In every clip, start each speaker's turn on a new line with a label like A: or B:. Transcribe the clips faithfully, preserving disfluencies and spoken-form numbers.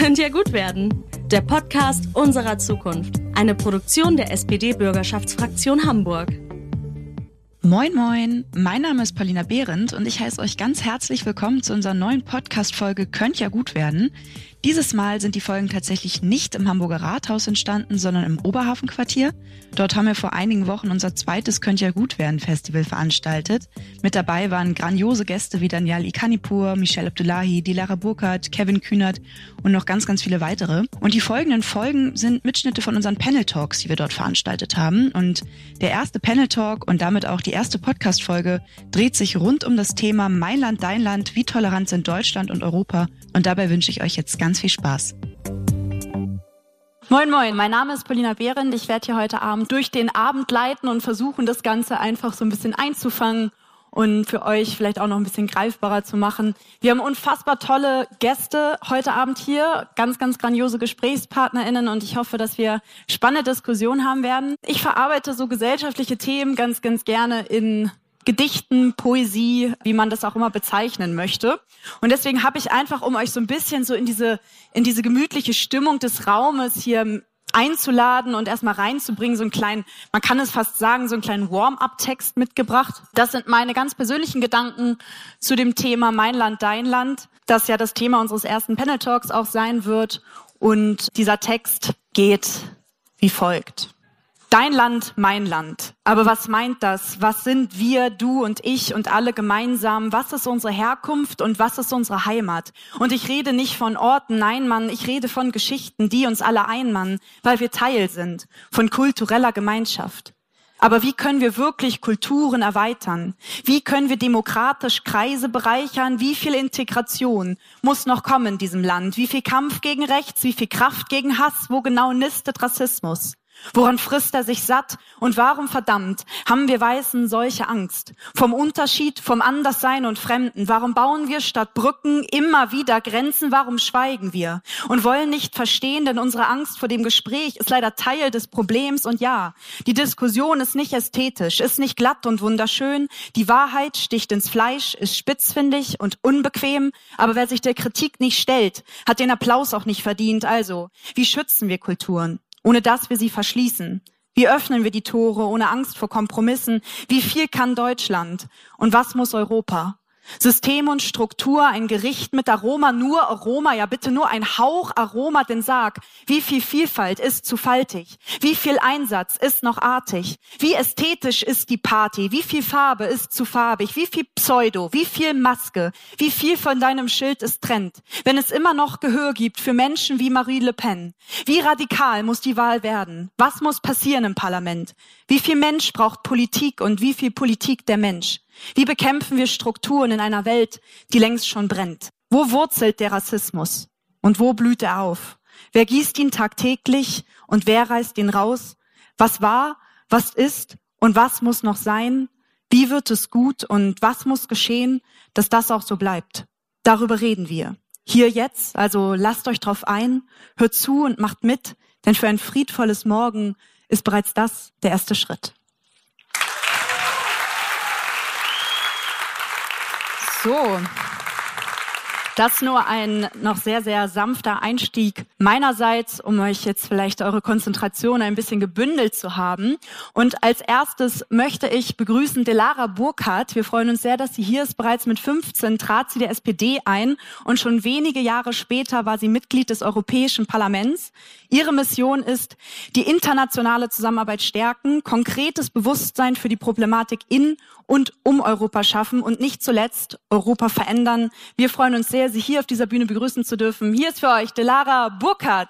A: Könnte ja gut werden. Der Podcast unserer Zukunft. Eine Produktion der S P D-Bürgerschaftsfraktion Hamburg.
B: Moin moin, mein Name ist Paulina Behrendt und ich heiße euch ganz herzlich willkommen zu unserer neuen Podcast-Folge Könnt ja gut werden. Dieses Mal sind die Folgen tatsächlich nicht im Hamburger Rathaus entstanden, sondern im Oberhafenquartier. Dort haben wir vor einigen Wochen unser zweites Könnt ja gut werden Festival veranstaltet. Mit dabei waren grandiose Gäste wie Danyal Ikanipur, Michelle Abdullahi, Dilara Burkhardt, Kevin Kühnert und noch ganz, ganz viele weitere. Und die folgenden Folgen sind Mitschnitte von unseren Panel-Talks, die wir dort veranstaltet haben. Und der erste Panel-Talk und damit auch die erste Podcast-Folge dreht sich rund um das Thema Mein Land, Dein Land, wie tolerant sind Deutschland und Europa. Und dabei wünsche ich euch jetzt ganz viel Spaß.
C: Moin moin, mein Name ist Paulina Behrendt. Ich werde hier heute Abend durch den Abend leiten und versuchen, das Ganze einfach so ein bisschen einzufangen und für euch vielleicht auch noch ein bisschen greifbarer zu machen. Wir haben unfassbar tolle Gäste heute Abend hier, ganz, ganz grandiose GesprächspartnerInnen und ich hoffe, dass wir spannende Diskussionen haben werden. Ich verarbeite so gesellschaftliche Themen ganz, ganz gerne in Gedichten, Poesie, wie man das auch immer bezeichnen möchte. Und deswegen habe ich einfach, um euch so ein bisschen so in diese in diese gemütliche Stimmung des Raumes hier einzuladen und erstmal reinzubringen, so einen kleinen, man kann es fast sagen, so einen kleinen Warm-up-Text mitgebracht. Das sind meine ganz persönlichen Gedanken zu dem Thema Mein Land, Dein Land, das ja das Thema unseres ersten Panel-Talks auch sein wird. Und dieser Text geht wie folgt. Dein Land, mein Land. Aber was meint das? Was sind wir, du und ich und alle gemeinsam? Was ist unsere Herkunft und was ist unsere Heimat? Und ich rede nicht von Orten, nein, Mann, ich rede von Geschichten, die uns alle einmannen, weil wir Teil sind von kultureller Gemeinschaft. Aber wie können wir wirklich Kulturen erweitern? Wie können wir demokratisch Kreise bereichern? Wie viel Integration muss noch kommen in diesem Land? Wie viel Kampf gegen Rechts? Wie viel Kraft gegen Hass? Wo genau nistet Rassismus? Woran frisst er sich satt? Und warum, verdammt, haben wir Weißen solche Angst? Vom Unterschied, vom Anderssein und Fremden. Warum bauen wir statt Brücken immer wieder Grenzen? Warum schweigen wir? Und wollen nicht verstehen, denn unsere Angst vor dem Gespräch ist leider Teil des Problems. Und ja, die Diskussion ist nicht ästhetisch, ist nicht glatt und wunderschön. Die Wahrheit sticht ins Fleisch, ist spitzfindig und unbequem. Aber wer sich der Kritik nicht stellt, hat den Applaus auch nicht verdient. Also, wie schützen wir Kulturen, ohne dass wir sie verschließen? Wie öffnen wir die Tore ohne Angst vor Kompromissen? Wie viel kann Deutschland? Und was muss Europa? System und Struktur, ein Gericht mit Aroma, nur Aroma, ja bitte nur ein Hauch Aroma, denn sag, wie viel Vielfalt ist zu faltig? Wie viel Einsatz ist noch artig? Wie ästhetisch ist die Party? Wie viel Farbe ist zu farbig? Wie viel Pseudo? Wie viel Maske? Wie viel von deinem Schild ist Trend? Wenn es immer noch Gehör gibt für Menschen wie Marie Le Pen, wie radikal muss die Wahl werden? Was muss passieren im Parlament? Wie viel Mensch braucht Politik und wie viel Politik der Mensch? Wie bekämpfen wir Strukturen in einer Welt, die längst schon brennt? Wo wurzelt der Rassismus? Und wo blüht er auf? Wer gießt ihn tagtäglich und wer reißt ihn raus? Was war, was ist und was muss noch sein? Wie wird es gut und was muss geschehen, dass das auch so bleibt? Darüber reden wir. Hier jetzt, also lasst euch drauf ein, hört zu und macht mit, denn für ein friedvolles Morgen ist bereits das der erste Schritt. So, das nur ein noch sehr, sehr sanfter Einstieg meinerseits, um euch jetzt vielleicht eure Konzentration ein bisschen gebündelt zu haben. Und als erstes möchte ich begrüßen Dilara Burkhardt. Wir freuen uns sehr, dass sie hier ist. Bereits mit fünfzehn trat sie der S P D ein und schon wenige Jahre später war sie Mitglied des Europäischen Parlaments. Ihre Mission ist, die internationale Zusammenarbeit stärken, konkretes Bewusstsein für die Problematik in und um Europa schaffen und nicht zuletzt Europa verändern. Wir freuen uns sehr, Sie hier auf dieser Bühne begrüßen zu dürfen. Hier ist für euch Dilara Burkhardt.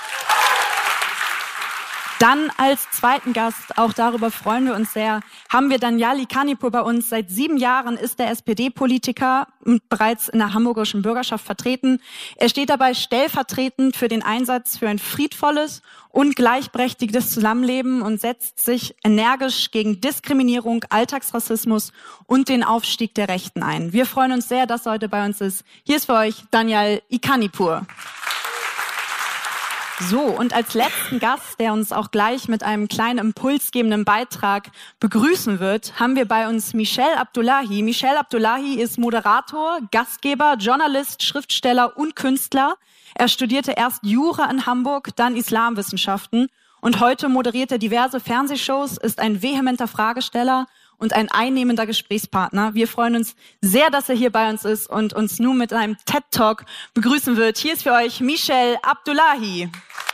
C: Dann als zweiten Gast, auch darüber freuen wir uns sehr, haben wir Danyal Ikanipur bei uns. Seit sieben Jahren ist er S P D-Politiker und bereits in der hamburgischen Bürgerschaft vertreten. Er steht dabei stellvertretend für den Einsatz für ein friedvolles und gleichberechtigtes Zusammenleben und setzt sich energisch gegen Diskriminierung, Alltagsrassismus und den Aufstieg der Rechten ein. Wir freuen uns sehr, dass er heute bei uns ist. Hier ist für euch Danyal Ikanipur. So, und als letzten Gast, der uns auch gleich mit einem kleinen impulsgebenden Beitrag begrüßen wird, haben wir bei uns Michel Abdullahi. Michel Abdullahi ist Moderator, Gastgeber, Journalist, Schriftsteller und Künstler. Er studierte erst Jura in Hamburg, dann Islamwissenschaften und heute moderiert er diverse Fernsehshows, ist ein vehementer Fragesteller und ein einnehmender Gesprächspartner. Wir freuen uns sehr, dass er hier bei uns ist und uns nun mit einem TED-Talk begrüßen wird. Hier ist für euch Michel Abdullahi.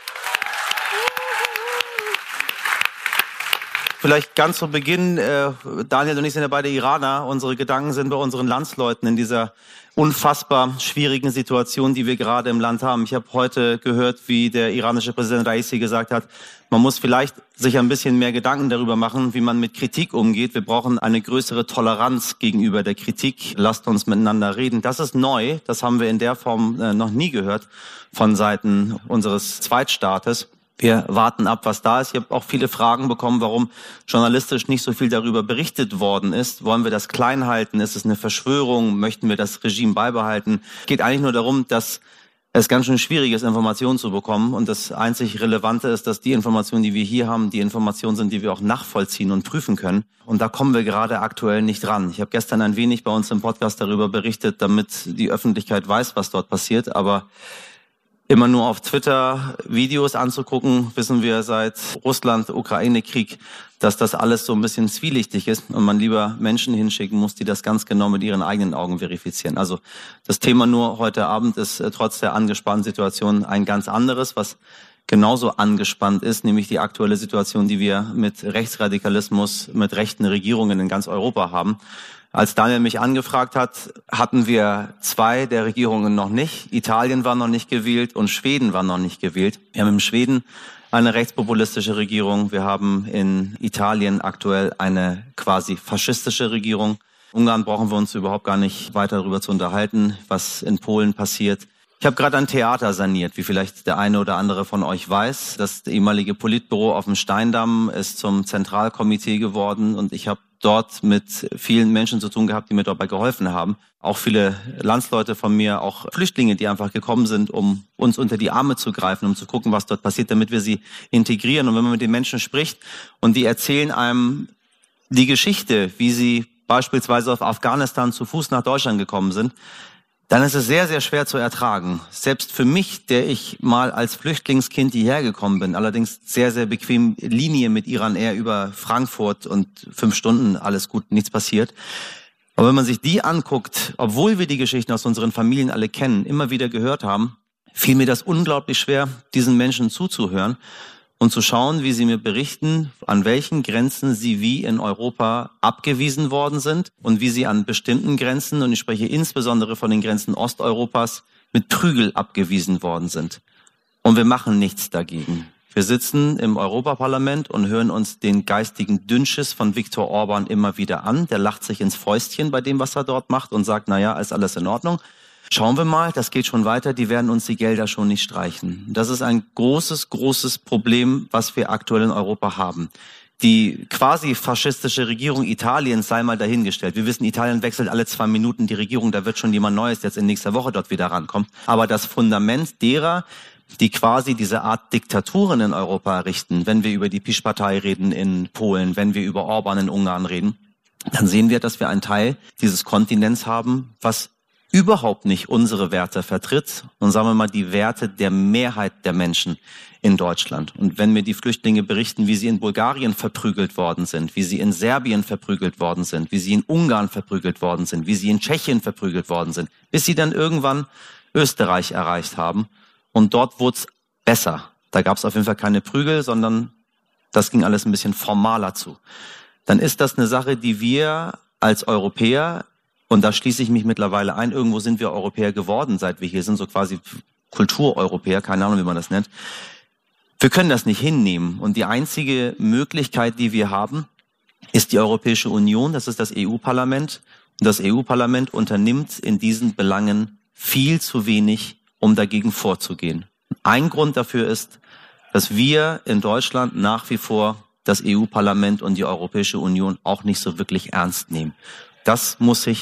D: Vielleicht ganz zu Beginn, äh, Daniel und ich sind ja beide Iraner. Unsere Gedanken sind bei unseren Landsleuten in dieser unfassbar schwierigen Situation, die wir gerade im Land haben. Ich habe heute gehört, wie der iranische Präsident Raisi gesagt hat, man muss vielleicht sich ein bisschen mehr Gedanken darüber machen, wie man mit Kritik umgeht. Wir brauchen eine größere Toleranz gegenüber der Kritik. Lasst uns miteinander reden. Das ist neu. Das haben wir in der Form äh, noch nie gehört von Seiten unseres Zweitstaates. Wir warten ab, was da ist. Ich habe auch viele Fragen bekommen, warum journalistisch nicht so viel darüber berichtet worden ist. Wollen wir das klein halten? Ist es eine Verschwörung? Möchten wir das Regime beibehalten? Es geht eigentlich nur darum, dass es ganz schön schwierig ist, Informationen zu bekommen. Und das einzig Relevante ist, dass die Informationen, die wir hier haben, die Informationen sind, die wir auch nachvollziehen und prüfen können. Und da kommen wir gerade aktuell nicht ran. Ich habe gestern ein wenig bei uns im Podcast darüber berichtet, damit die Öffentlichkeit weiß, was dort passiert. Aber immer nur auf Twitter Videos anzugucken, wissen wir seit Russland-Ukraine-Krieg, dass das alles so ein bisschen zwielichtig ist und man lieber Menschen hinschicken muss, die das ganz genau mit ihren eigenen Augen verifizieren. Also das Thema nur heute Abend ist äh, trotz der angespannten Situation ein ganz anderes, was genauso angespannt ist, nämlich die aktuelle Situation, die wir mit Rechtsradikalismus, mit rechten Regierungen in ganz Europa haben. Als Daniel mich angefragt hat, hatten wir zwei der Regierungen noch nicht. Italien war noch nicht gewählt und Schweden war noch nicht gewählt. Wir haben in Schweden eine rechtspopulistische Regierung. Wir haben in Italien aktuell eine quasi faschistische Regierung. Ungarn brauchen wir uns überhaupt gar nicht weiter darüber zu unterhalten, was in Polen passiert. Ich habe gerade ein Theater saniert, wie vielleicht der eine oder andere von euch weiß. Das ehemalige Politbüro auf dem Steindamm ist zum Zentralkomitee geworden und ich habe dort mit vielen Menschen zu tun gehabt, die mir dabei geholfen haben. Auch viele Landsleute von mir, auch Flüchtlinge, die einfach gekommen sind, um uns unter die Arme zu greifen, um zu gucken, was dort passiert, damit wir sie integrieren. Und wenn man mit den Menschen spricht und die erzählen einem die Geschichte, wie sie beispielsweise auf Afghanistan zu Fuß nach Deutschland gekommen sind, dann ist es sehr, sehr schwer zu ertragen. Selbst für mich, der ich mal als Flüchtlingskind hierher gekommen bin, allerdings sehr, sehr bequem Linie mit Iran Air über Frankfurt und fünf Stunden, alles gut, nichts passiert. Aber wenn man sich die anguckt, obwohl wir die Geschichten aus unseren Familien alle kennen, immer wieder gehört haben, fiel mir das unglaublich schwer, diesen Menschen zuzuhören und zu schauen, wie sie mir berichten, an welchen Grenzen sie wie in Europa abgewiesen worden sind und wie sie an bestimmten Grenzen, und ich spreche insbesondere von den Grenzen Osteuropas, mit Prügel abgewiesen worden sind. Und wir machen nichts dagegen. Wir sitzen im Europaparlament und hören uns den geistigen Dünnschiss von Viktor Orban immer wieder an. Der lacht sich ins Fäustchen bei dem, was er dort macht und sagt, na ja, ist alles in Ordnung. Schauen wir mal, das geht schon weiter, die werden uns die Gelder schon nicht streichen. Das ist ein großes, großes Problem, was wir aktuell in Europa haben. Die quasi faschistische Regierung Italiens sei mal dahingestellt. Wir wissen, Italien wechselt alle zwei Minuten die Regierung, da wird schon jemand Neues jetzt in nächster Woche dort wieder rankommen. Aber das Fundament derer, die quasi diese Art Diktaturen in Europa errichten, wenn wir über die PiS-Partei reden in Polen, wenn wir über Orban in Ungarn reden, dann sehen wir, dass wir einen Teil dieses Kontinents haben, was überhaupt nicht unsere Werte vertritt und sagen wir mal die Werte der Mehrheit der Menschen in Deutschland. Und wenn mir die Flüchtlinge berichten, wie sie in Bulgarien verprügelt worden sind, wie sie in Serbien verprügelt worden sind, wie sie in Ungarn verprügelt worden sind, wie sie in Tschechien verprügelt worden sind, bis sie dann irgendwann Österreich erreicht haben und dort wurde es besser. Da gab es auf jeden Fall keine Prügel, sondern das ging alles ein bisschen formaler zu. Dann ist das eine Sache, die wir als Europäer, und da schließe ich mich mittlerweile ein, irgendwo sind wir Europäer geworden, seit wir hier sind, so quasi Kultureuropäer, keine Ahnung, wie man das nennt. Wir können das nicht hinnehmen. Und die einzige Möglichkeit, die wir haben, ist die Europäische Union, das ist das E U-Parlament. Und das E U-Parlament unternimmt in diesen Belangen viel zu wenig, um dagegen vorzugehen. Ein Grund dafür ist, dass wir in Deutschland nach wie vor das E U-Parlament und die Europäische Union auch nicht so wirklich ernst nehmen. Das muss sich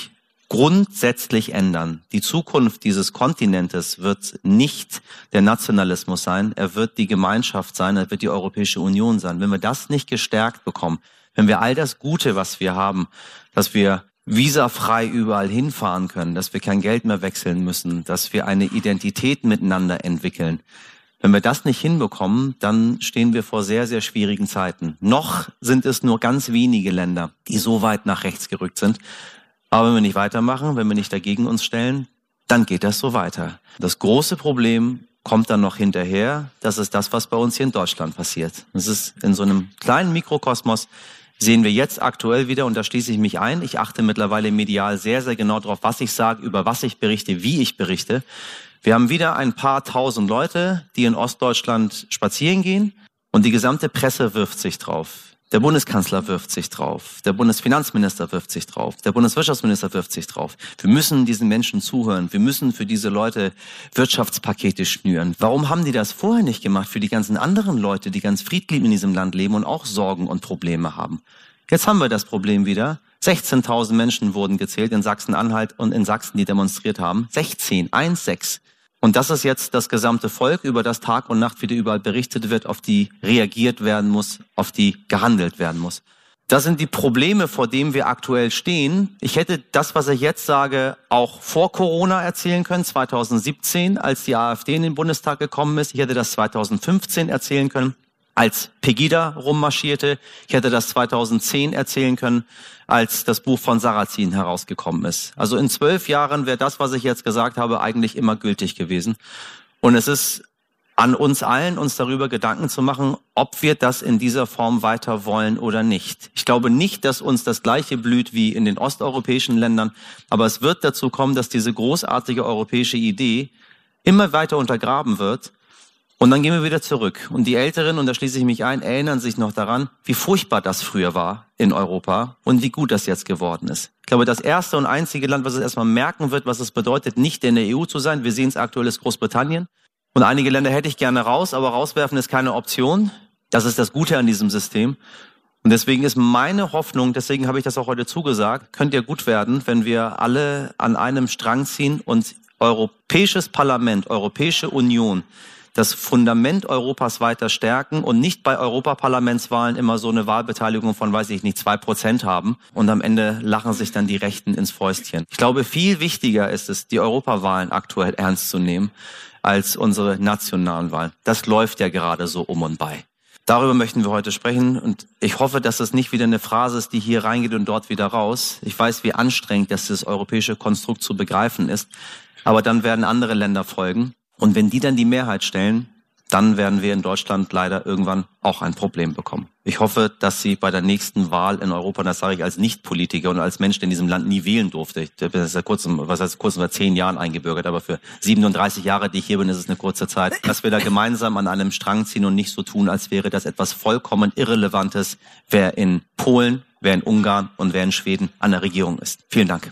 D: grundsätzlich ändern. Die Zukunft dieses Kontinentes wird nicht der Nationalismus sein, er wird die Gemeinschaft sein, er wird die Europäische Union sein. Wenn wir das nicht gestärkt bekommen, wenn wir all das Gute, was wir haben, dass wir visafrei überall hinfahren können, dass wir kein Geld mehr wechseln müssen, dass wir eine Identität miteinander entwickeln, wenn wir das nicht hinbekommen, dann stehen wir vor sehr, sehr schwierigen Zeiten. Noch sind es nur ganz wenige Länder, die so weit nach rechts gerückt sind. Aber wenn wir nicht weitermachen, wenn wir nicht dagegen uns stellen, dann geht das so weiter. Das große Problem kommt dann noch hinterher. Das ist das, was bei uns hier in Deutschland passiert. Das ist in so einem kleinen Mikrokosmos, sehen wir jetzt aktuell wieder, und da schließe ich mich ein. Ich achte mittlerweile medial sehr, sehr genau darauf, was ich sage, über was ich berichte, wie ich berichte. Wir haben wieder ein paar tausend Leute, die in Ostdeutschland spazieren gehen, und die gesamte Presse wirft sich drauf. Der Bundeskanzler wirft sich drauf, der Bundesfinanzminister wirft sich drauf, der Bundeswirtschaftsminister wirft sich drauf. Wir müssen diesen Menschen zuhören, wir müssen für diese Leute Wirtschaftspakete schnüren. Warum haben die das vorher nicht gemacht für die ganzen anderen Leute, die ganz friedlich in diesem Land leben und auch Sorgen und Probleme haben? Jetzt haben wir das Problem wieder. sechzehntausend Menschen wurden gezählt in Sachsen-Anhalt und in Sachsen, die demonstriert haben. sechzehn, eins, sechs. Und das ist jetzt das gesamte Volk, über das Tag und Nacht wieder überall berichtet wird, auf die reagiert werden muss, auf die gehandelt werden muss. Das sind die Probleme, vor denen wir aktuell stehen. Ich hätte das, was ich jetzt sage, auch vor Corona erzählen können, zweitausendsiebzehn, als die AfD in den Bundestag gekommen ist. Ich hätte das zweitausendfünfzehn erzählen können, als Pegida rummarschierte. Ich hätte das zweitausendzehn erzählen können, als das Buch von Sarrazin herausgekommen ist. Also in zwölf Jahren wäre das, was ich jetzt gesagt habe, eigentlich immer gültig gewesen. Und es ist an uns allen, uns darüber Gedanken zu machen, ob wir das in dieser Form weiter wollen oder nicht. Ich glaube nicht, dass uns das Gleiche blüht wie in den osteuropäischen Ländern, aber es wird dazu kommen, dass diese großartige europäische Idee immer weiter untergraben wird. Und dann gehen wir wieder zurück. Und die Älteren, und da schließe ich mich ein, erinnern sich noch daran, wie furchtbar das früher war in Europa und wie gut das jetzt geworden ist. Ich glaube, das erste und einzige Land, was es erstmal merken wird, was es bedeutet, nicht in der E U zu sein, wir sehen es aktuell, ist Großbritannien. Und einige Länder hätte ich gerne raus, aber rauswerfen ist keine Option. Das ist das Gute an diesem System. Und deswegen ist meine Hoffnung, deswegen habe ich das auch heute zugesagt, könnte ja gut werden, wenn wir alle an einem Strang ziehen und Europäisches Parlament, Europäische Union, das Fundament Europas weiter stärken und nicht bei Europaparlamentswahlen immer so eine Wahlbeteiligung von, weiß ich nicht, zwei Prozent haben und am Ende lachen sich dann die Rechten ins Fäustchen. Ich glaube, viel wichtiger ist es, die Europawahlen aktuell ernst zu nehmen, als unsere nationalen Wahlen. Das läuft ja gerade so um und bei. Darüber möchten wir heute sprechen und ich hoffe, dass es nicht wieder eine Phrase ist, die hier reingeht und dort wieder raus. Ich weiß, wie anstrengend das europäische Konstrukt zu begreifen ist, aber dann werden andere Länder folgen. Und wenn die dann die Mehrheit stellen, dann werden wir in Deutschland leider irgendwann auch ein Problem bekommen. Ich hoffe, dass Sie bei der nächsten Wahl in Europa, und das sage ich als Nicht-Politiker und als Mensch, der in diesem Land nie wählen durfte, ich bin seit kurzem, was heißt kurz, seit zehn Jahren eingebürgert, aber für siebenunddreißig Jahre, die ich hier bin, ist es eine kurze Zeit, dass wir da gemeinsam an einem Strang ziehen und nicht so tun, als wäre das etwas vollkommen Irrelevantes, wer in Polen, wer in Ungarn und wer in Schweden an der Regierung ist. Vielen Dank.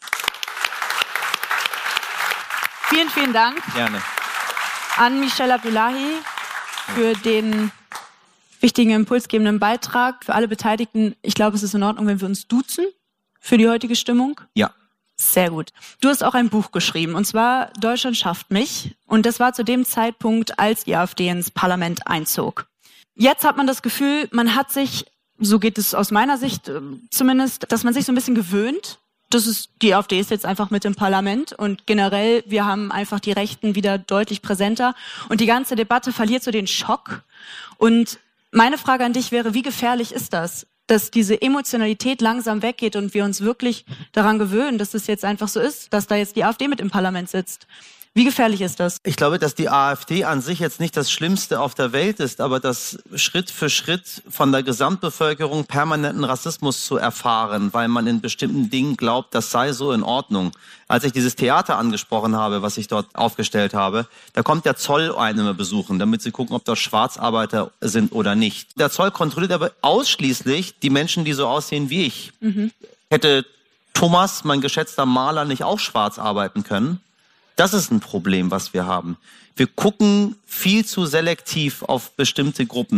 C: Vielen, vielen Dank.
D: Gerne.
C: An Michel Abdullahi für den wichtigen, impulsgebenden Beitrag. Für alle Beteiligten, ich glaube, es ist in Ordnung, wenn wir uns duzen für die heutige Stimmung.
D: Ja.
C: Sehr gut. Du hast auch ein Buch geschrieben, und zwar Deutschland schafft mich. Und das war zu dem Zeitpunkt, als die AfD ins Parlament einzog. Jetzt hat man das Gefühl, man hat sich, so geht es aus meiner Sicht zumindest, dass man sich so ein bisschen gewöhnt. Das ist, die AfD ist jetzt einfach mit im Parlament und generell, wir haben einfach die Rechten wieder deutlich präsenter und die ganze Debatte verliert so den Schock. Und meine Frage an dich wäre, wie gefährlich ist das, dass diese Emotionalität langsam weggeht und wir uns wirklich daran gewöhnen, dass es jetzt einfach so ist, dass da jetzt die AfD mit im Parlament sitzt? Wie gefährlich ist das?
D: Ich glaube, dass die AfD an sich jetzt nicht das Schlimmste auf der Welt ist, aber dass Schritt für Schritt von der Gesamtbevölkerung permanenten Rassismus zu erfahren, weil man in bestimmten Dingen glaubt, das sei so in Ordnung. Als ich dieses Theater angesprochen habe, was ich dort aufgestellt habe, da kommt der Zoll einen immer besuchen, damit sie gucken, ob das Schwarzarbeiter sind oder nicht. Der Zoll kontrolliert aber ausschließlich die Menschen, die so aussehen wie ich. Mhm. Hätte Thomas, mein geschätzter Maler, nicht auch schwarz arbeiten können? Das ist ein Problem, was wir haben. Wir gucken viel zu selektiv auf bestimmte Gruppen.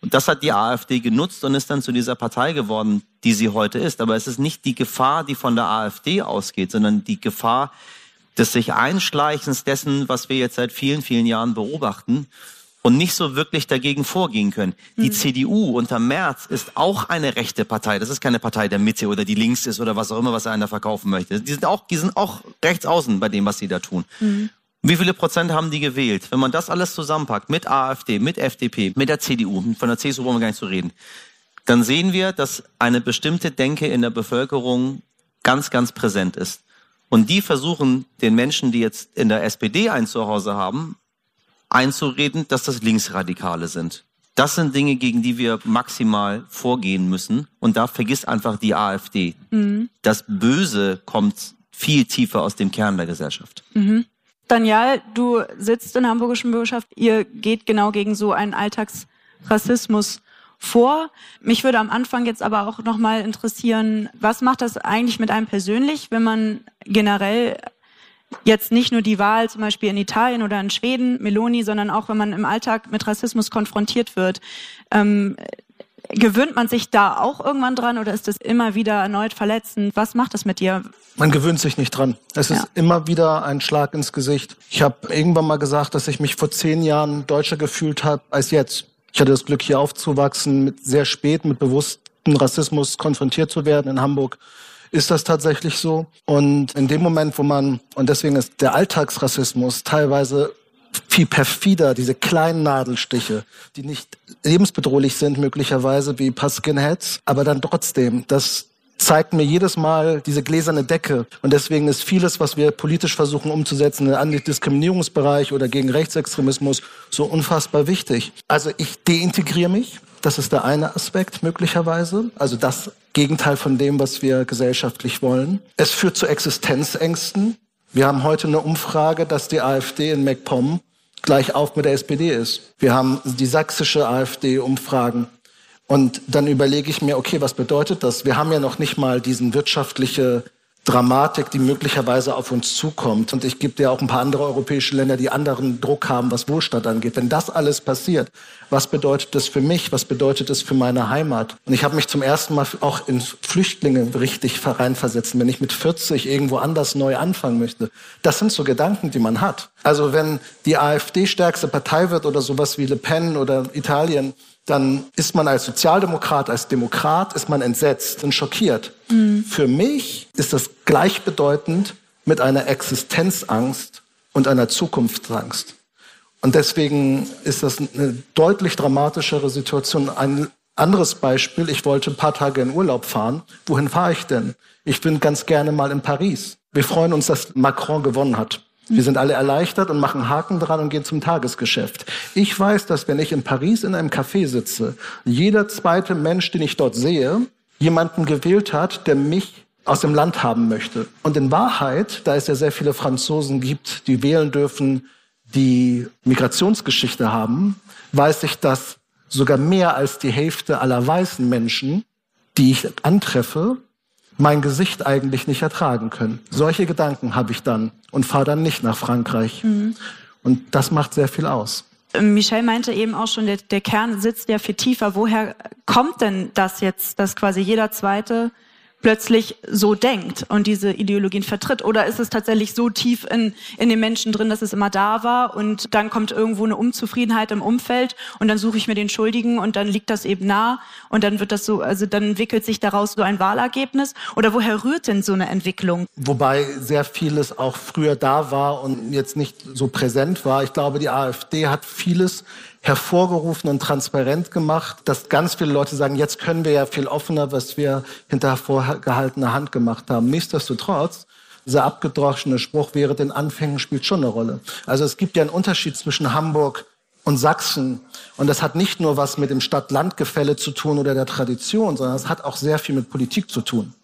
D: Und das hat die AfD genutzt und ist dann zu dieser Partei geworden, die sie heute ist. Aber es ist nicht die Gefahr, die von der AfD ausgeht, sondern die Gefahr des sich Einschleichens dessen, was wir jetzt seit vielen, vielen Jahren beobachten und nicht so wirklich dagegen vorgehen können. Die mhm. C D U unter Merz ist auch eine rechte Partei. Das ist keine Partei der Mitte oder die links ist oder was auch immer, was einer verkaufen möchte. Die sind auch, die sind auch rechts außen bei dem, was sie da tun. Mhm. Wie viele Prozent haben die gewählt? Wenn man das alles zusammenpackt, mit AfD, mit F D P, mit der C D U, von der C S U brauchen wir gar nicht zu reden, dann sehen wir, dass eine bestimmte Denke in der Bevölkerung ganz, ganz präsent ist. Und die versuchen, den Menschen, die jetzt in der S P D ein Zuhause haben, einzureden, dass das Linksradikale sind. Das sind Dinge, gegen die wir maximal vorgehen müssen. Und da vergisst einfach die AfD. Mhm. Das Böse kommt viel tiefer aus dem Kern der Gesellschaft.
C: Mhm. Daniel, du sitzt in der hamburgischen Bürgerschaft. Ihr geht genau gegen so einen Alltagsrassismus vor. Mich würde am Anfang jetzt aber auch nochmal interessieren, was macht das eigentlich mit einem persönlich, wenn man generell jetzt nicht nur die Wahl zum Beispiel in Italien oder in Schweden, Meloni, sondern auch wenn man im Alltag mit Rassismus konfrontiert wird. Ähm, gewöhnt man sich da auch irgendwann dran oder ist das immer wieder erneut verletzend? Was macht das mit dir?
E: Man gewöhnt sich nicht dran. Es ist ja. immer wieder ein Schlag ins Gesicht. Ich habe irgendwann mal gesagt, dass ich mich vor zehn Jahren deutscher gefühlt habe als jetzt. Ich hatte das Glück, hier aufzuwachsen, mit sehr spät mit bewusstem Rassismus konfrontiert zu werden in Hamburg. Ist das tatsächlich so? Und in dem Moment, wo man, und deswegen ist der Alltagsrassismus teilweise viel perfider, diese kleinen Nadelstiche, die nicht lebensbedrohlich sind möglicherweise wie ein paar Skinheads, aber dann trotzdem, das zeigt mir jedes Mal diese gläserne Decke. Und deswegen ist vieles, was wir politisch versuchen umzusetzen, im Antidiskriminierungsbereich oder gegen Rechtsextremismus, so unfassbar wichtig. Also ich deintegriere mich. Das ist der eine Aspekt möglicherweise. Also das Gegenteil von dem, was wir gesellschaftlich wollen. Es führt zu Existenzängsten. Wir haben heute eine Umfrage, dass die AfD in MacPom gleich auf mit der S P D ist. Wir haben die sächsische AfD-Umfragen. Und dann überlege ich mir, okay, was bedeutet das? Wir haben ja noch nicht mal diesen wirtschaftliche Dramatik, die möglicherweise auf uns zukommt. Und ich gebe dir auch ein paar andere europäische Länder, die anderen Druck haben, was Wohlstand angeht. Wenn das alles passiert, was bedeutet das für mich? Was bedeutet das für meine Heimat? Und ich habe mich zum ersten Mal auch in Flüchtlinge richtig reinversetzt, wenn ich mit vierzig irgendwo anders neu anfangen möchte. Das sind so Gedanken, die man hat. Also wenn die AfD stärkste Partei wird oder sowas wie Le Pen oder Italien, dann ist man als Sozialdemokrat, als Demokrat, ist man entsetzt und schockiert. Mhm. Für mich ist das gleichbedeutend mit einer Existenzangst und einer Zukunftsangst. Und deswegen ist das eine deutlich dramatischere Situation. Ein anderes Beispiel, ich wollte ein paar Tage in Urlaub fahren. Wohin fahre ich denn? Ich bin ganz gerne mal in Paris. Wir freuen uns, dass Macron gewonnen hat. Wir sind alle erleichtert und machen Haken dran und gehen zum Tagesgeschäft. Ich weiß, dass wenn ich in Paris in einem Café sitze, jeder zweite Mensch, den ich dort sehe, jemanden gewählt hat, der mich aus dem Land haben möchte. Und in Wahrheit, da es ja sehr viele Franzosen gibt, die wählen dürfen, die Migrationsgeschichte haben, weiß ich, dass sogar mehr als die Hälfte aller weißen Menschen, die ich antreffe, mein Gesicht eigentlich nicht ertragen können. Solche Gedanken habe ich dann und fahre dann nicht nach Frankreich. Mhm. Und das macht sehr viel aus.
C: Michelle meinte eben auch schon, der, der Kern sitzt ja viel tiefer. Woher kommt denn das jetzt, dass quasi jeder Zweite plötzlich so denkt und diese Ideologien vertritt? Oder ist es tatsächlich so tief in, in den Menschen drin, dass es immer da war und dann kommt irgendwo eine Unzufriedenheit im Umfeld und dann suche ich mir den Schuldigen und dann liegt das eben nah und dann wird das so, also dann entwickelt sich daraus so ein Wahlergebnis? Oder woher rührt denn so eine Entwicklung?
E: Wobei sehr vieles auch früher da war und jetzt nicht so präsent war. Ich glaube, die AfD hat vieles hervorgerufen und transparent gemacht, dass ganz viele Leute sagen, jetzt können wir ja viel offener, was wir hinter vorgehaltener Hand gemacht haben. Nichtsdestotrotz, dieser abgedroschene Spruch wäre, den Anfängen spielt schon eine Rolle. Also es gibt ja einen Unterschied zwischen Hamburg und Sachsen. Und das hat nicht nur was mit dem Stadt-Land-Gefälle zu tun oder der Tradition, sondern es hat auch sehr viel mit Politik zu tun.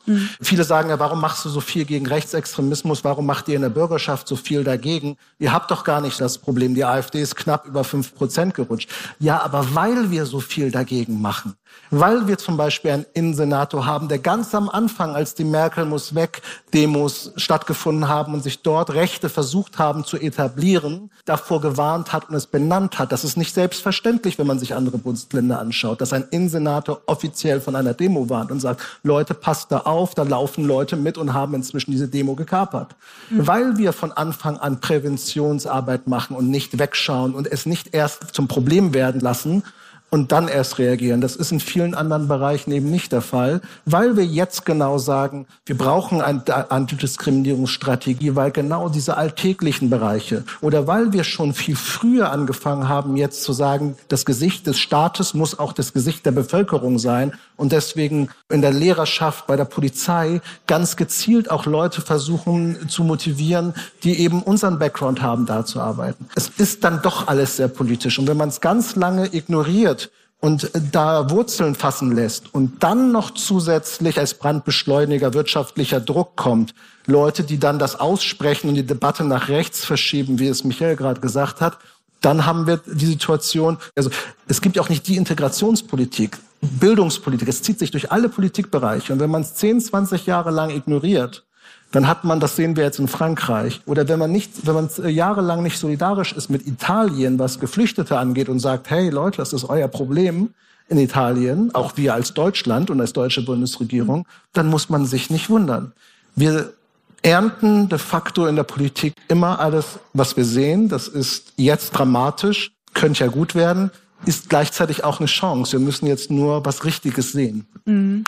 E: Mhm. Viele sagen ja, warum machst du so viel gegen Rechtsextremismus? Warum macht ihr in der Bürgerschaft so viel dagegen? Ihr habt doch gar nicht das Problem. Die AfD ist knapp über fünf Prozent gerutscht. Ja, aber weil wir so viel dagegen machen, weil wir zum Beispiel einen Innensenator haben, der ganz am Anfang, als die Merkel muss weg Demos stattgefunden haben und sich dort Rechte versucht haben zu etablieren, davor gewarnt hat und es benannt hat. Das ist nicht selbstverständlich, wenn man sich andere Bundesländer anschaut, dass ein Innensenator offiziell von einer Demo warnt und sagt, Leute, passt da auf, da laufen Leute mit und haben inzwischen diese Demo gekapert. Mhm. Weil wir von Anfang an Präventionsarbeit machen und nicht wegschauen und es nicht erst zum Problem werden lassen, und dann erst reagieren. Das ist in vielen anderen Bereichen eben nicht der Fall, weil wir jetzt genau sagen, wir brauchen eine Antidiskriminierungsstrategie, weil genau diese alltäglichen Bereiche oder weil wir schon viel früher angefangen haben, jetzt zu sagen, das Gesicht des Staates muss auch das Gesicht der Bevölkerung sein und deswegen in der Lehrerschaft, bei der Polizei ganz gezielt auch Leute versuchen zu motivieren, die eben unseren Background haben, da zu arbeiten. Es ist dann doch alles sehr politisch und wenn man es ganz lange ignoriert und da Wurzeln fassen lässt und dann noch zusätzlich als Brandbeschleuniger wirtschaftlicher Druck kommt, Leute, die dann das aussprechen und die Debatte nach rechts verschieben, wie es Michael gerade gesagt hat, dann haben wir die Situation, also es gibt ja auch nicht die Integrationspolitik, Bildungspolitik, es zieht sich durch alle Politikbereiche und wenn man es zehn, zwanzig Jahre lang ignoriert, dann hat man, das sehen wir jetzt in Frankreich, oder wenn man nicht, wenn man jahrelang nicht solidarisch ist mit Italien, was Geflüchtete angeht und sagt, hey Leute, das ist euer Problem in Italien, auch wir als Deutschland und als deutsche Bundesregierung, dann muss man sich nicht wundern. Wir ernten de facto in der Politik immer alles, was wir sehen. Das ist jetzt dramatisch, könnte ja gut werden, ist gleichzeitig auch eine Chance. Wir müssen jetzt nur was Richtiges sehen.
B: Mhm.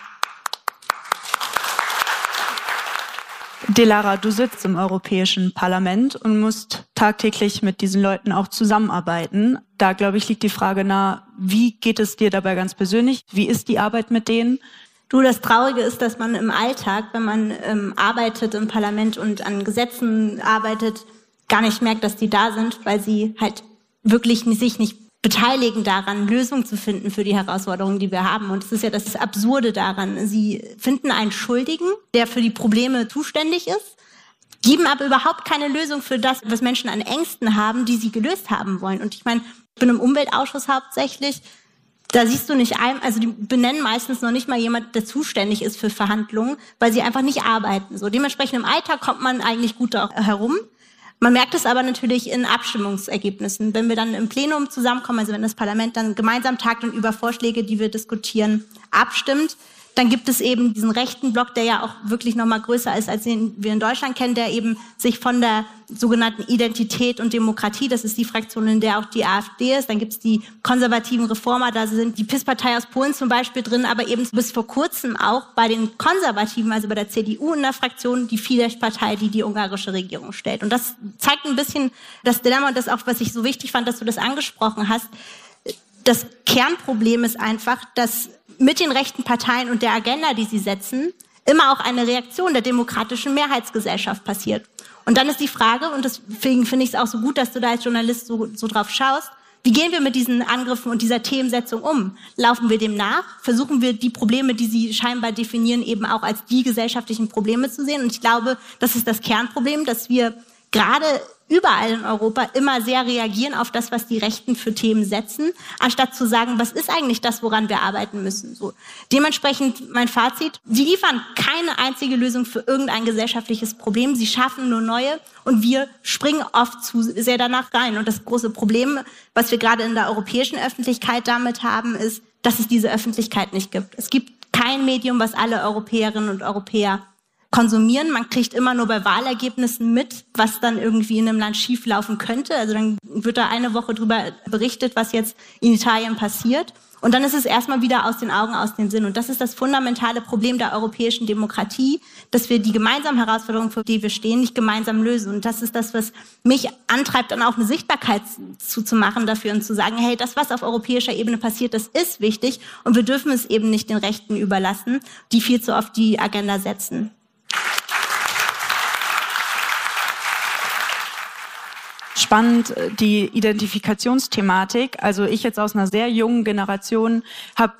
B: Dilara, du sitzt im Europäischen Parlament und musst tagtäglich mit diesen Leuten auch zusammenarbeiten. Da, glaube ich, liegt die Frage nahe, wie geht es dir dabei ganz persönlich? Wie ist die Arbeit mit denen?
F: Du, das Traurige ist, dass man im Alltag, wenn man ähm, arbeitet im Parlament und an Gesetzen arbeitet, gar nicht merkt, dass die da sind, weil sie halt wirklich sich nicht beteiligen daran, Lösungen zu finden für die Herausforderungen, die wir haben. Und es ist ja das Absurde daran. Sie finden einen Schuldigen, der für die Probleme zuständig ist, geben aber überhaupt keine Lösung für das, was Menschen an Ängsten haben, die sie gelöst haben wollen. Und ich meine, ich bin im Umweltausschuss hauptsächlich, da siehst du nicht ein, also die benennen meistens noch nicht mal jemand, der zuständig ist für Verhandlungen, weil sie einfach nicht arbeiten. So dementsprechend im Alltag kommt man eigentlich gut da herum. Man merkt es aber natürlich in Abstimmungsergebnissen. Wenn wir dann im Plenum zusammenkommen, also wenn das Parlament dann gemeinsam tagt und über Vorschläge, die wir diskutieren, abstimmt, dann gibt es eben diesen rechten Block, der ja auch wirklich noch mal größer ist, als den wir in Deutschland kennen, der eben sich von der sogenannten Identität und Demokratie, das ist die Fraktion, in der auch die AfD ist, dann gibt es die konservativen Reformer, da sind die P I S-Partei aus Polen zum Beispiel drin, aber eben bis vor kurzem auch bei den Konservativen, also bei der C D U in der Fraktion, die Fidesz-Partei, die die ungarische Regierung stellt. Und das zeigt ein bisschen das Dilemma und das auch, was ich so wichtig fand, dass du das angesprochen hast. Das Kernproblem ist einfach, dass mit den rechten Parteien und der Agenda, die sie setzen, immer auch eine Reaktion der demokratischen Mehrheitsgesellschaft passiert. Und dann ist die Frage, und deswegen finde ich es auch so gut, dass du da als Journalist so, so drauf schaust, wie gehen wir mit diesen Angriffen und dieser Themensetzung um? Laufen wir dem nach? Versuchen wir die Probleme, die sie scheinbar definieren, eben auch als die gesellschaftlichen Probleme zu sehen? Und ich glaube, das ist das Kernproblem, dass wir gerade überall in Europa immer sehr reagieren auf das, was die Rechten für Themen setzen, anstatt zu sagen, was ist eigentlich das, woran wir arbeiten müssen. So. Dementsprechend mein Fazit, sie liefern keine einzige Lösung für irgendein gesellschaftliches Problem, sie schaffen nur neue und wir springen oft zu sehr danach rein. Und das große Problem, was wir gerade in der europäischen Öffentlichkeit damit haben, ist, dass es diese Öffentlichkeit nicht gibt. Es gibt kein Medium, was alle Europäerinnen und Europäer konsumieren. Man kriegt immer nur bei Wahlergebnissen mit, was dann irgendwie in einem Land schieflaufen könnte. Also dann wird da eine Woche drüber berichtet, was jetzt in Italien passiert. Und dann ist es erstmal wieder aus den Augen, aus den Sinn. Und das ist das fundamentale Problem der europäischen Demokratie, dass wir die gemeinsamen Herausforderungen, für die wir stehen, nicht gemeinsam lösen. Und das ist das, was mich antreibt, dann auch eine Sichtbarkeit zuzumachen dafür und zu sagen, hey, das, was auf europäischer Ebene passiert, das ist wichtig. Und wir dürfen es eben nicht den Rechten überlassen, die viel zu oft die Agenda setzen.
B: Spannend, die Identifikationsthematik. Also ich jetzt aus einer sehr jungen Generation habe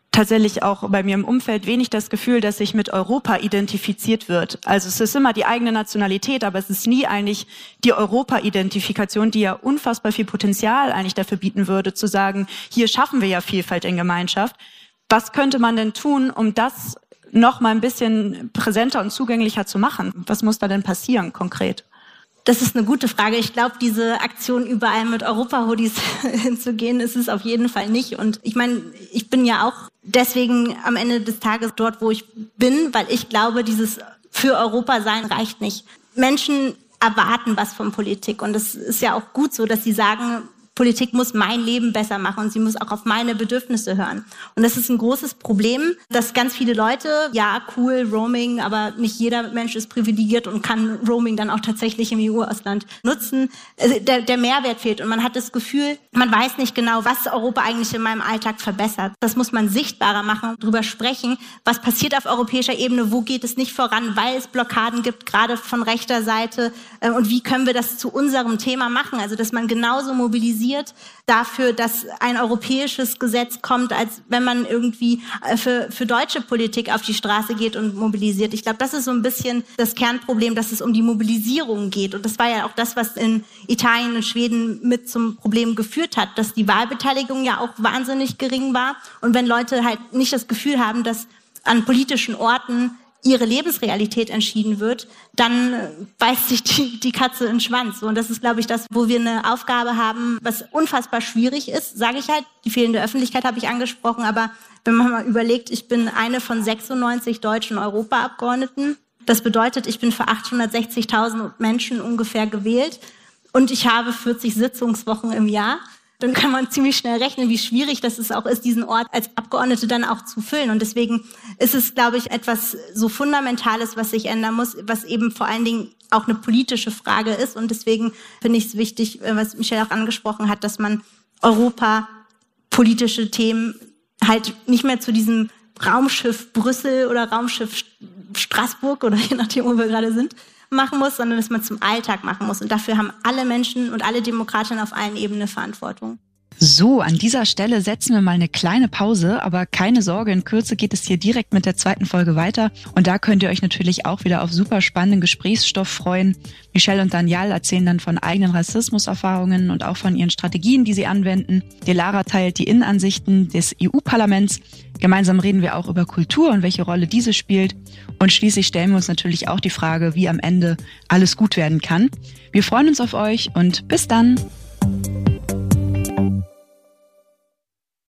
C: tatsächlich auch bei mir im Umfeld wenig das Gefühl, dass sich mit Europa identifiziert wird. Also es ist immer die eigene Nationalität, aber es ist nie eigentlich die Europa-Identifikation, die ja unfassbar viel Potenzial eigentlich dafür bieten würde, zu sagen, hier schaffen wir ja Vielfalt in Gemeinschaft. Was könnte man denn tun, um das noch mal ein bisschen präsenter und zugänglicher zu machen? Was muss da denn passieren konkret?
F: Das ist eine gute Frage. Ich glaube, diese Aktion überall mit Europa-Hoodies hinzugehen, ist es auf jeden Fall nicht. Und ich meine, ich bin ja auch deswegen am Ende des Tages dort, wo ich bin, weil ich glaube, dieses für Europa sein reicht nicht. Menschen erwarten was von Politik und es ist ja auch gut so, dass sie sagen, Politik muss mein Leben besser machen und sie muss auch auf meine Bedürfnisse hören. Und das ist ein großes Problem, dass ganz viele Leute, ja cool, Roaming, aber nicht jeder Mensch ist privilegiert und kann Roaming dann auch tatsächlich im E U-Ausland nutzen. Der, der Mehrwert fehlt und man hat das Gefühl, man weiß nicht genau, was Europa eigentlich in meinem Alltag verbessert. Das muss man sichtbarer machen, drüber sprechen, was passiert auf europäischer Ebene, wo geht es nicht voran, weil es Blockaden gibt, gerade von rechter Seite, und wie können wir das zu unserem Thema machen, also dass man genauso mobilisiert dafür, dass ein europäisches Gesetz kommt, als wenn man irgendwie für, für deutsche Politik auf die Straße geht und mobilisiert. Ich glaube, das ist so ein bisschen das Kernproblem, dass es um die Mobilisierung geht. Und das war ja auch das, was in Italien und Schweden mit zum Problem geführt hat, dass die Wahlbeteiligung ja auch wahnsinnig gering war. Und wenn Leute halt nicht das Gefühl haben, dass an politischen Orten ihre Lebensrealität entschieden wird, dann beißt sich die, die Katze in den Schwanz. Und das ist, glaube ich, das, wo wir eine Aufgabe haben, was unfassbar schwierig ist, sage ich halt. Die fehlende Öffentlichkeit habe ich angesprochen, aber wenn man mal überlegt, ich bin eine von sechsundneunzig deutschen Europaabgeordneten. Das bedeutet, ich bin für achthundertsechzigtausend Menschen ungefähr gewählt und ich habe vierzig Sitzungswochen im Jahr. Dann kann man ziemlich schnell rechnen, wie schwierig das ist, auch ist, diesen Ort als Abgeordnete dann auch zu füllen. Und deswegen ist es, glaube ich, etwas so Fundamentales, was sich ändern muss, was eben vor allen Dingen auch eine politische Frage ist. Und deswegen finde ich es wichtig, was Michelle auch angesprochen hat, dass man Europa, politische Themen halt nicht mehr zu diesem Raumschiff Brüssel oder Raumschiff Straßburg oder je nachdem, wo wir gerade sind, machen muss, sondern dass man zum Alltag machen muss. Und dafür haben alle Menschen und alle Demokratinnen auf allen Ebenen Verantwortung.
B: So, an dieser Stelle setzen wir mal eine kleine Pause, aber keine Sorge, in Kürze geht es hier direkt mit der zweiten Folge weiter und da könnt ihr euch natürlich auch wieder auf super spannenden Gesprächsstoff freuen. Michelle und Daniel erzählen dann von eigenen Rassismuserfahrungen und auch von ihren Strategien, die sie anwenden. Delara teilt die Innenansichten des E U-Parlaments. Gemeinsam reden wir auch über Kultur und welche Rolle diese spielt. Und schließlich stellen wir uns natürlich auch die Frage, wie am Ende alles gut werden kann. Wir freuen uns auf euch und bis dann!